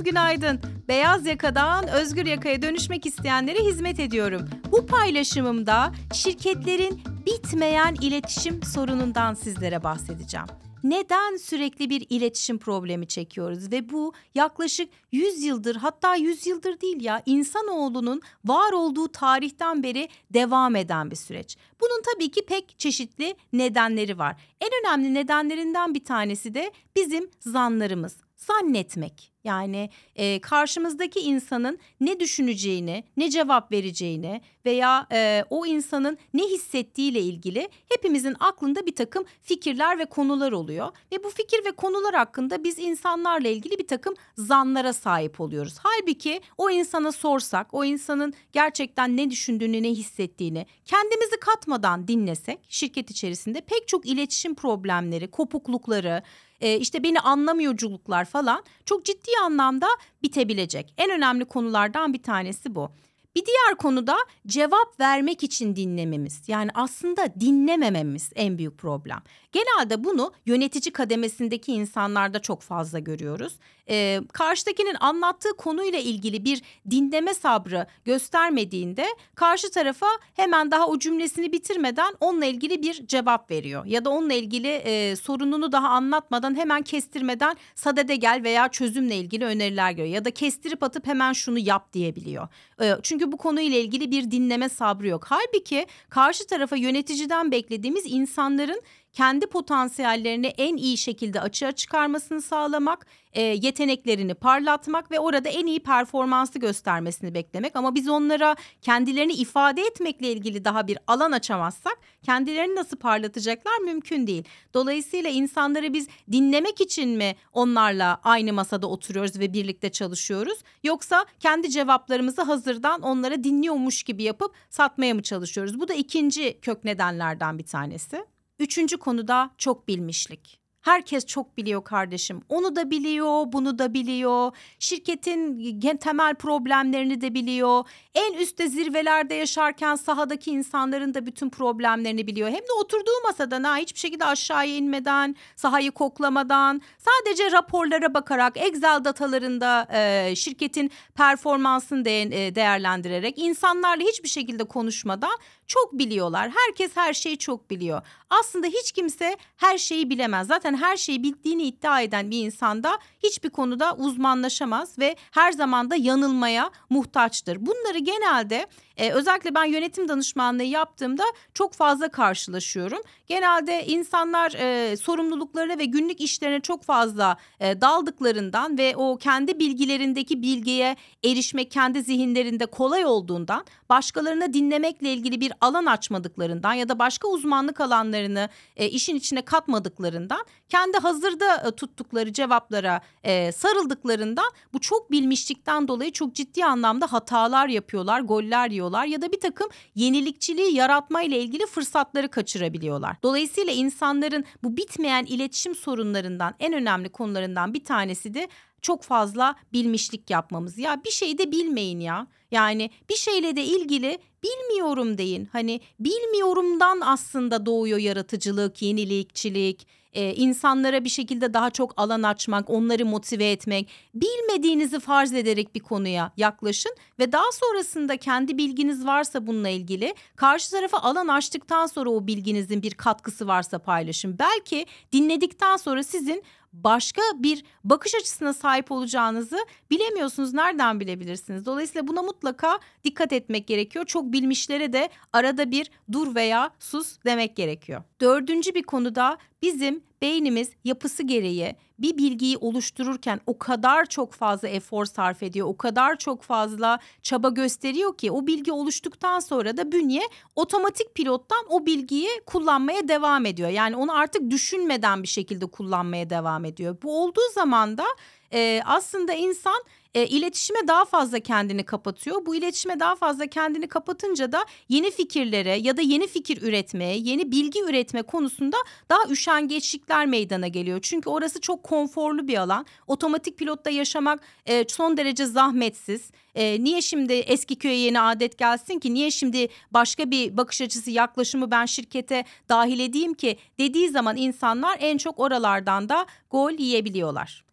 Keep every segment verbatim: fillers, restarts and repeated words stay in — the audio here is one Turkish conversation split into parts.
Herkes günaydın. Beyaz yakadan özgür yakaya dönüşmek isteyenlere hizmet ediyorum. Bu paylaşımımda şirketlerin bitmeyen iletişim sorunundan sizlere bahsedeceğim. Neden sürekli bir iletişim problemi çekiyoruz ve bu yaklaşık yüz yıldır, hatta yüz yıldır değil ya, insanoğlunun var olduğu tarihten beri devam eden bir süreç. Bunun tabii ki pek çeşitli nedenleri var. En önemli nedenlerinden bir tanesi de bizim zanlarımız. Zannetmek, yani e, karşımızdaki insanın ne düşüneceğini, ne cevap vereceğini veya e, o insanın ne hissettiğiyle ilgili hepimizin aklında bir takım fikirler ve konular oluyor. Ve bu fikir ve konular hakkında biz insanlarla ilgili bir takım zanlara sahip oluyoruz. Halbuki o insana sorsak, o insanın gerçekten ne düşündüğünü, ne hissettiğini kendimizi katmadan dinlesek, şirket içerisinde pek çok iletişim problemleri, kopuklukları, Ee, işte beni anlamıyorculuklar falan çok ciddi anlamda bitebilecek. En önemli konulardan bir tanesi bu. Bir diğer konu da cevap vermek için dinlememiz. Yani aslında dinlemememiz en büyük problem. Genelde bunu yönetici kademesindeki insanlarda çok fazla görüyoruz. Ee, karşıdakinin anlattığı konuyla ilgili bir dinleme sabrı göstermediğinde karşı tarafa hemen daha o cümlesini bitirmeden onunla ilgili bir cevap veriyor. Ya da onunla ilgili e, sorununu daha anlatmadan hemen kestirmeden sadede gel veya çözümle ilgili öneriler görüyor. Ya da kestirip atıp hemen şunu yap diyebiliyor. Ee, çünkü bu konuyla ilgili bir dinleme sabrı yok. Halbuki karşı tarafa yöneticiden beklediğimiz insanların kendi potansiyellerini en iyi şekilde açığa çıkarmasını sağlamak, e, yeteneklerini parlatmak ve orada en iyi performansı göstermesini beklemek. Ama biz onlara kendilerini ifade etmekle ilgili daha bir alan açamazsak kendilerini nasıl parlatacaklar mümkün değil. Dolayısıyla insanları biz dinlemek için mi onlarla aynı masada oturuyoruz ve birlikte çalışıyoruz? Yoksa kendi cevaplarımızı hazırdan onlara dinliyormuş gibi yapıp satmaya mı çalışıyoruz? Bu da ikinci kök nedenlerden bir tanesi. Üçüncü konuda çok bilmişlik. Herkes çok biliyor kardeşim. Onu da biliyor, bunu da biliyor. Şirketin temel problemlerini de biliyor. En üstte zirvelerde yaşarken sahadaki insanların da bütün problemlerini biliyor. Hem de oturduğu masadan ha, hiçbir şekilde aşağıya inmeden, sahayı koklamadan, sadece raporlara bakarak, Excel datalarında e, şirketin performansını de, e, değerlendirerek, insanlarla hiçbir şekilde konuşmadan çok biliyorlar. Herkes her şeyi çok biliyor. Aslında hiç kimse her şeyi bilemez. Zaten her şeyi bildiğini iddia eden bir insan da hiçbir konuda uzmanlaşamaz ve her zaman da yanılmaya muhtaçtır. Bunları genelde e, özellikle ben yönetim danışmanlığı yaptığımda çok fazla karşılaşıyorum. Genelde insanlar e, sorumluluklarına ve günlük işlerine çok fazla e, daldıklarından ve o kendi bilgilerindeki bilgiye erişmek kendi zihinlerinde kolay olduğundan, başkalarına dinlemekle ilgili bir alan açmadıklarından ya da başka uzmanlık alanlarını e, işin içine katmadıklarından, kendi hazırda e, tuttukları cevaplara e, sarıldıklarından bu çok bilmişlikten dolayı çok ciddi anlamda hatalar yapıyorlar, goller yiyorlar ya da bir takım yenilikçiliği yaratma ile ilgili fırsatları kaçırabiliyorlar. Dolayısıyla insanların bu bitmeyen iletişim sorunlarından en önemli konularından bir tanesi de çok fazla bilmişlik yapmamız. Ya bir şey de bilmeyin ya. Yani bir şeyle de ilgili bilmiyorum deyin. Hani bilmiyorumdan aslında doğuyor yaratıcılık, yenilikçilik, e, insanlara bir şekilde daha çok alan açmak, onları motive etmek. Bilmediğinizi farz ederek bir konuya yaklaşın ve daha sonrasında kendi bilginiz varsa bununla ilgili karşı tarafa alan açtıktan sonra o bilginizin bir katkısı varsa paylaşın. Belki dinledikten sonra sizin başka bir bakış açısına sahip olacağınızı bilemiyorsunuz. Nereden bilebilirsiniz? Dolayısıyla buna mutlaka dikkat etmek gerekiyor. Çok bilmişlere de arada bir dur veya sus demek gerekiyor. Dördüncü bir konuda bizim beynimiz yapısı gereği bir bilgiyi oluştururken o kadar çok fazla efor sarf ediyor, o kadar çok fazla çaba gösteriyor ki o bilgi oluştuktan sonra da bünye otomatik pilottan o bilgiyi kullanmaya devam ediyor. Yani onu artık düşünmeden bir şekilde kullanmaya devam ediyor. Bu olduğu zaman da e, aslında insan e, iletişime daha fazla kendini kapatıyor. Bu iletişime daha fazla kendini kapatınca da yeni fikirlere ya da yeni fikir üretmeye, yeni bilgi üretme konusunda daha üşengeçlikler meydana geliyor. Çünkü orası çok konforlu bir alan. Otomatik pilotta yaşamak e, son derece zahmetsiz. E, niye şimdi eski köye yeni adet gelsin ki? Niye şimdi başka bir bakış açısı, yaklaşımı ben şirkete dahil edeyim ki dediği zaman insanlar en çok oralardan da gol yiyebiliyorlar.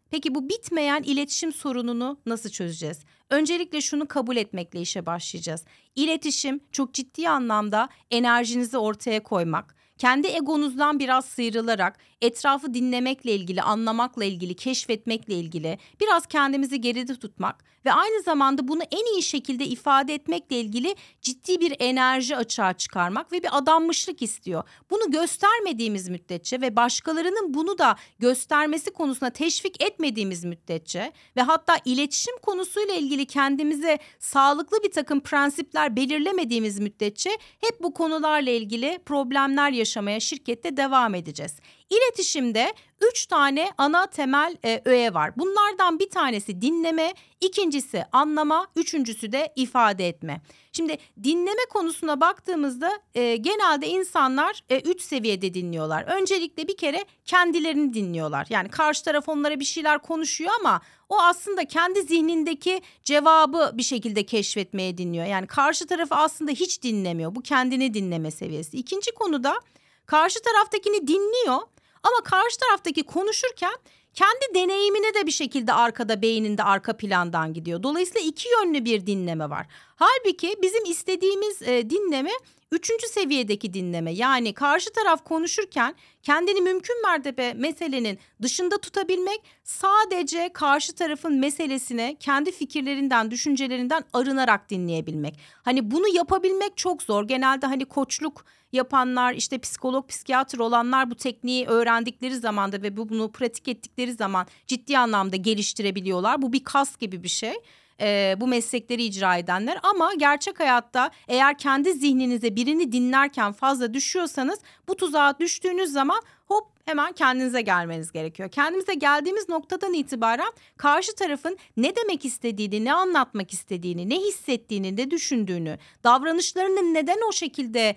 Peki bu bitmeyen iletişim sorununu nasıl çözeceğiz? Öncelikle şunu kabul etmekle işe başlayacağız. İletişim çok ciddi anlamda enerjinizi ortaya koymak, kendi egonuzdan biraz sıyrılarak etrafı dinlemekle ilgili, anlamakla ilgili, keşfetmekle ilgili, biraz kendimizi geride tutmak ve aynı zamanda bunu en iyi şekilde ifade etmekle ilgili ciddi bir enerji açığa çıkarmak ve bir adanmışlık istiyor. Bunu göstermediğimiz müddetçe ve başkalarının bunu da göstermesi konusunda teşvik etmediğimiz müddetçe ve hatta iletişim konusuyla ilgili kendimize sağlıklı bir takım prensipler belirlemediğimiz müddetçe hep bu konularla ilgili problemler yaşamaya şirkette devam edeceğiz. İletişimde üç tane ana temel e, öğe var. Bunlardan bir tanesi dinleme, ikincisi anlama, üçüncüsü de ifade etme. Şimdi dinleme konusuna baktığımızda e, genelde insanlar e, üç seviyede dinliyorlar. Öncelikle bir kere kendilerini dinliyorlar. Yani karşı taraf onlara bir şeyler konuşuyor ama o aslında kendi zihnindeki cevabı bir şekilde keşfetmeye dinliyor. Yani karşı tarafı aslında hiç dinlemiyor. Bu kendini dinleme seviyesi. İkinci konuda karşı taraftakini dinliyor. Ama karşı taraftaki konuşurken kendi deneyimine de bir şekilde arkada beyninde arka plandan gidiyor. Dolayısıyla iki yönlü bir dinleme var. Halbuki bizim istediğimiz e, dinleme üçüncü seviyedeki dinleme. Yani karşı taraf konuşurken kendini mümkün mertebe meselenin dışında tutabilmek, sadece karşı tarafın meselesine kendi fikirlerinden, düşüncelerinden arınarak dinleyebilmek. Hani bunu yapabilmek çok zor. Genelde hani koçluk yapanlar, işte psikolog, psikiyatr olanlar bu tekniği öğrendikleri zamanda ve bunu pratik ettikleri zaman ciddi anlamda geliştirebiliyorlar. Bu bir kas gibi bir şey. Ee, bu meslekleri icra edenler, ama gerçek hayatta eğer kendi zihninize birini dinlerken fazla düşüyorsanız bu tuzağa düştüğünüz zaman hop hemen kendinize gelmeniz gerekiyor. Kendimize geldiğimiz noktadan itibaren karşı tarafın ne demek istediğini, ne anlatmak istediğini, ne hissettiğini, ne düşündüğünü, davranışlarının neden o şekilde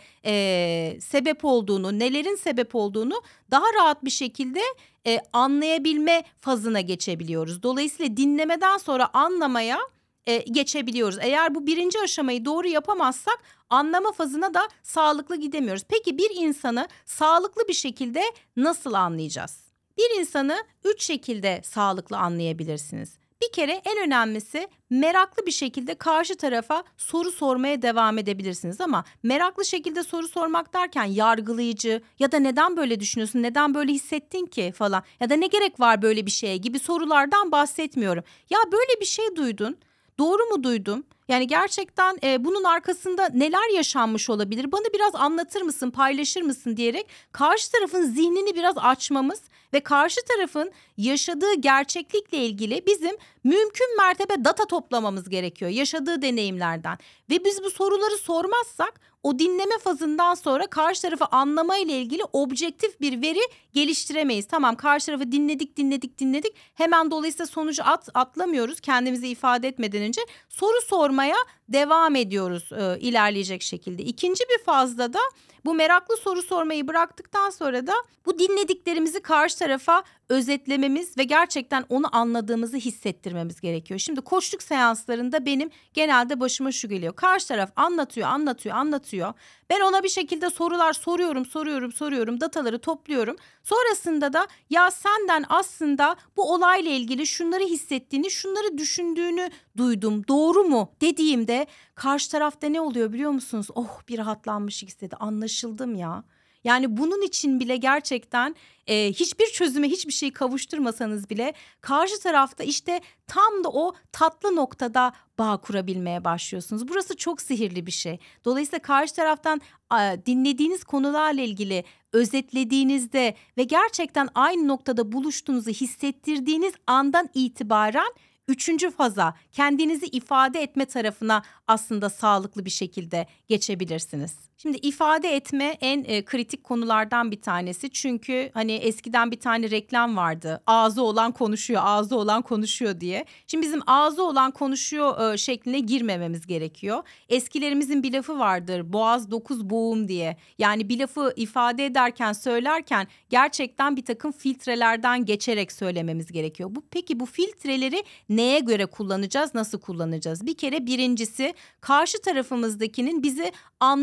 e, sebep olduğunu, nelerin sebep olduğunu daha rahat bir şekilde e, anlayabilme fazına geçebiliyoruz. Dolayısıyla dinlemeden sonra anlamaya e, geçebiliyoruz. Eğer bu birinci aşamayı doğru yapamazsak anlama fazına da sağlıklı gidemiyoruz. Peki bir insanı sağlıklı bir şekilde nasıl anlayacağız? Bir insanı üç şekilde sağlıklı anlayabilirsiniz. Bir kere en önemlisi meraklı bir şekilde karşı tarafa soru sormaya devam edebilirsiniz. Ama meraklı şekilde soru sormak derken yargılayıcı ya da neden böyle düşünüyorsun, neden böyle hissettin ki falan ya da ne gerek var böyle bir şeye gibi sorulardan bahsetmiyorum. Ya böyle bir şey duydun, doğru mu duydum? Yani gerçekten e, bunun arkasında neler yaşanmış olabilir? Bana biraz anlatır mısın, paylaşır mısın diyerek karşı tarafın zihnini biraz açmamız ve karşı tarafın yaşadığı gerçeklikle ilgili bizim mümkün mertebe data toplamamız gerekiyor yaşadığı deneyimlerden. Ve biz bu soruları sormazsak o dinleme fazından sonra karşı tarafı anlama ile ilgili objektif bir veri geliştiremeyiz. Tamam, karşı tarafı dinledik dinledik dinledik hemen dolayısıyla sonucu at, atlamıyoruz kendimizi ifade etmeden önce soru sormaya devam ediyoruz e, ilerleyecek şekilde. İkinci bir fazda da bu meraklı soru sormayı bıraktıktan sonra da bu dinlediklerimizi karşı tarafa özetlememiz ve gerçekten onu anladığımızı hissettirmemiz gerekiyor. Şimdi koçluk seanslarında benim genelde başıma şu geliyor. Karşı taraf anlatıyor, anlatıyor, anlatıyor. Ben ona bir şekilde sorular soruyorum, soruyorum, soruyorum, dataları topluyorum. Sonrasında da ya senden aslında bu olayla ilgili şunları hissettiğini, şunları düşündüğünü duydum. Doğru mu dediğimde karşı tarafta ne oluyor biliyor musunuz? Oh, bir rahatlanmış hissedi. Anlaşıldım ya. Yani bunun için bile gerçekten e, hiçbir çözüme hiçbir şey kavuşturmasanız bile karşı tarafta işte tam da o tatlı noktada bağ kurabilmeye başlıyorsunuz. Burası çok sihirli bir şey. Dolayısıyla karşı taraftan a, dinlediğiniz konularla ilgili özetlediğinizde ve gerçekten aynı noktada buluştuğunuzu hissettirdiğiniz andan itibaren üçüncü faza, kendinizi ifade etme tarafına aslında sağlıklı bir şekilde geçebilirsiniz. Şimdi ifade etme en e, kritik konulardan bir tanesi. Çünkü hani eskiden bir tane reklam vardı. Ağzı olan konuşuyor, ağzı olan konuşuyor diye. Şimdi bizim ağzı olan konuşuyor e, şekline girmememiz gerekiyor. Eskilerimizin bir lafı vardır. Boğaz dokuz boğum diye. Yani bir lafı ifade ederken, söylerken gerçekten bir takım filtrelerden geçerek söylememiz gerekiyor. Bu peki bu filtreleri neye göre kullanacağız, nasıl kullanacağız? Bir kere birincisi karşı tarafımızdakinin bizi anlayabildiği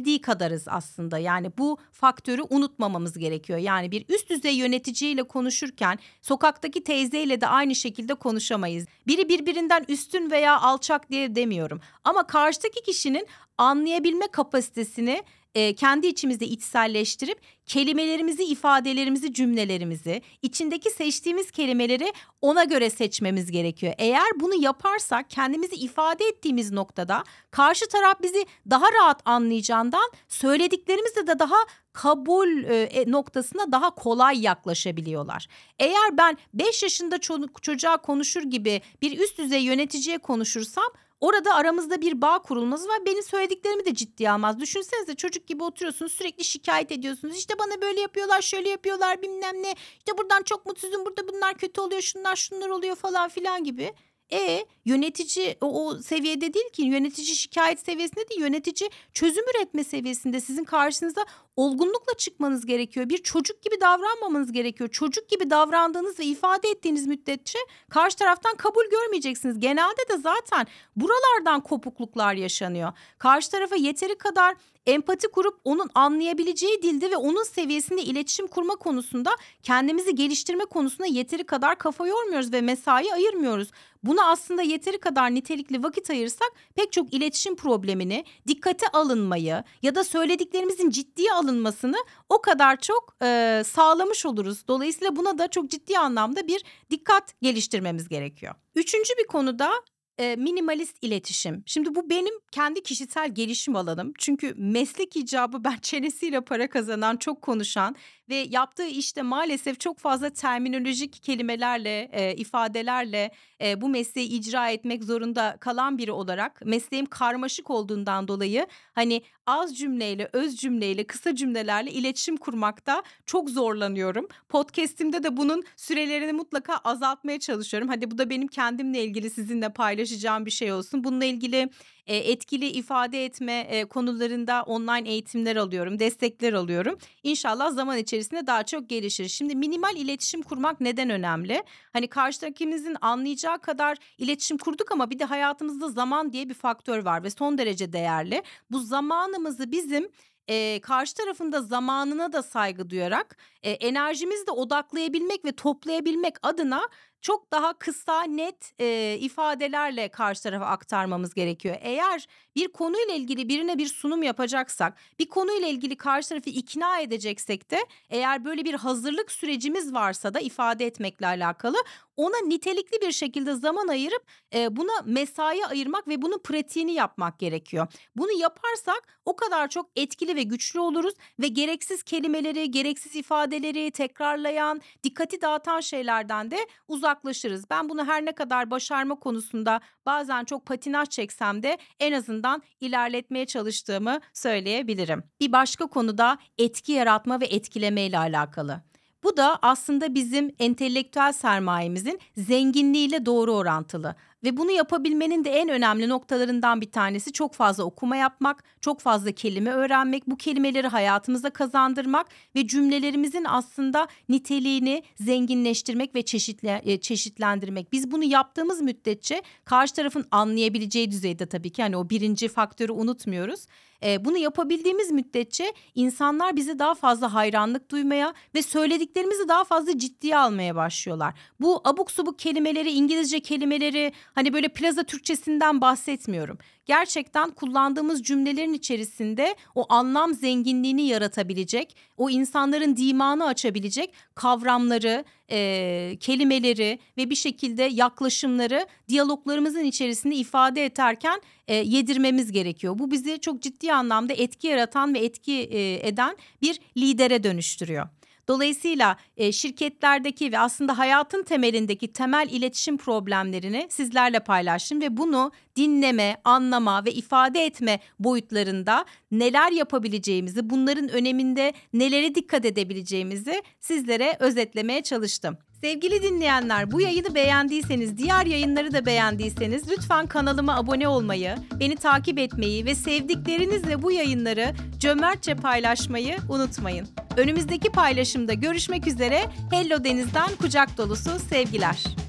bildiği kadarız aslında. Yani bu faktörü unutmamamız gerekiyor. Yani bir üst düzey yöneticiyle konuşurken sokaktaki teyzeyle de aynı şekilde konuşamayız. Biri birbirinden üstün veya alçak diye demiyorum. Ama karşıdaki kişinin anlayabilme kapasitesini e, kendi içimizde içselleştirip kelimelerimizi, ifadelerimizi, cümlelerimizi, içindeki seçtiğimiz kelimeleri ona göre seçmemiz gerekiyor. Eğer bunu yaparsak kendimizi ifade ettiğimiz noktada karşı taraf bizi daha rahat anlayacağından söylediklerimizde de daha kabul e, noktasına daha kolay yaklaşabiliyorlar. Eğer ben beş yaşında ço- çocuğa konuşur gibi bir üst düzey yöneticiye konuşursam orada aramızda bir bağ kurulmaz ve benim söylediklerimi de ciddiye almaz. Düşünsenize, çocuk gibi oturuyorsunuz, sürekli şikayet ediyorsunuz. İşte bana böyle yapıyorlar, şöyle yapıyorlar, bilmem ne. İşte buradan çok mutsuzum, burada bunlar kötü oluyor, şunlar şunlar oluyor falan filan gibi. E yönetici o, o seviyede değil ki, yönetici şikayet seviyesinde değil, yönetici çözüm üretme seviyesinde. Sizin karşınıza olgunlukla çıkmanız gerekiyor. Bir çocuk gibi davranmamanız gerekiyor. Çocuk gibi davrandığınız ve ifade ettiğiniz müddetçe karşı taraftan kabul görmeyeceksiniz. Genelde de zaten buralardan kopukluklar yaşanıyor. Karşı tarafa yeteri kadar empati kurup onun anlayabileceği dilde ve onun seviyesinde iletişim kurma konusunda, kendimizi geliştirme konusunda yeteri kadar kafa yormuyoruz ve mesai ayırmıyoruz. Buna aslında yeteri kadar nitelikli vakit ayırsak pek çok iletişim problemini, dikkate alınmayı ya da söylediklerimizin ciddiye alınmasını o kadar çok e, sağlamış oluruz. Dolayısıyla buna da çok ciddi anlamda bir dikkat geliştirmemiz gerekiyor. Üçüncü bir konuda e, minimalist iletişim. Şimdi bu benim kendi kişisel gelişim alanım. Çünkü meslek icabı ben çenesiyle para kazanan, çok konuşan ve yaptığı işte maalesef çok fazla terminolojik kelimelerle, e, ifadelerle e, bu mesleği icra etmek zorunda kalan biri olarak, mesleğim karmaşık olduğundan dolayı hani az cümleyle, öz cümleyle, kısa cümlelerle iletişim kurmakta çok zorlanıyorum. Podcast'imde de bunun sürelerini mutlaka azaltmaya çalışıyorum. Hadi bu da benim kendimle ilgili sizinle paylaşacağım bir şey olsun. Bununla ilgili e, etkili ifade etme e, konularında online eğitimler alıyorum, destekler alıyorum. İnşallah zaman içerisinde daha çok gelişir. Şimdi minimal iletişim kurmak neden önemli? Hani karşıdakimizin anlayacağı kadar iletişim kurduk ama bir de hayatımızda zaman diye bir faktör var ve son derece değerli. Bu zamanımızı bizim e, karşı tarafında zamanına da saygı duyarak e, enerjimizi de odaklayabilmek ve toplayabilmek adına çok daha kısa, net e, ifadelerle karşı tarafa aktarmamız gerekiyor. Eğer bir konuyla ilgili birine bir sunum yapacaksak, bir konuyla ilgili karşı tarafı ikna edeceksek de, eğer böyle bir hazırlık sürecimiz varsa da ifade etmekle alakalı, ona nitelikli bir şekilde zaman ayırıp e, buna mesai ayırmak ve bunun pratiğini yapmak gerekiyor. Bunu yaparsak o kadar çok etkili ve güçlü oluruz ve gereksiz kelimeleri, gereksiz ifadeleri tekrarlayan, dikkati dağıtan şeylerden de uzaklaşırız. Ben bunu her ne kadar başarma konusunda bazen çok patinaj çeksem de en azından ilerletmeye çalıştığımı söyleyebilirim. Bir başka konuda etki yaratma ve etkileme ile alakalı. Bu da aslında bizim entelektüel sermayemizin zenginliğiyle doğru orantılı. Ve bunu yapabilmenin de en önemli noktalarından bir tanesi çok fazla okuma yapmak, çok fazla kelime öğrenmek, bu kelimeleri hayatımıza kazandırmak ve cümlelerimizin aslında niteliğini zenginleştirmek ve çeşitle, çeşitlendirmek. Biz bunu yaptığımız müddetçe karşı tarafın anlayabileceği düzeyde, tabii ki hani o birinci faktörü unutmuyoruz. E, bunu yapabildiğimiz müddetçe insanlar bize daha fazla hayranlık duymaya ve söylediklerimizi daha fazla ciddiye almaya başlıyorlar. Bu abuk subuk kelimeleri, İngilizce kelimeleri, hani böyle plaza Türkçesinden bahsetmiyorum. Gerçekten kullandığımız cümlelerin içerisinde o anlam zenginliğini yaratabilecek, o insanların dimağını açabilecek kavramları, e, kelimeleri ve bir şekilde yaklaşımları diyaloglarımızın içerisinde ifade ederken e, yedirmemiz gerekiyor. Bu bizi çok ciddi anlamda etki yaratan ve etki e, eden bir lidere dönüştürüyor. Dolayısıyla e, şirketlerdeki ve aslında hayatın temelindeki temel iletişim problemlerini sizlerle paylaştım ve bunu dinleme, anlama ve ifade etme boyutlarında neler yapabileceğimizi, bunların öneminde nelere dikkat edebileceğimizi sizlere özetlemeye çalıştım. Sevgili dinleyenler, bu yayını beğendiyseniz, diğer yayınları da beğendiyseniz lütfen kanalıma abone olmayı, beni takip etmeyi ve sevdiklerinizle bu yayınları cömertçe paylaşmayı unutmayın. Önümüzdeki paylaşımda görüşmek üzere. Hello Deniz'den kucak dolusu sevgiler.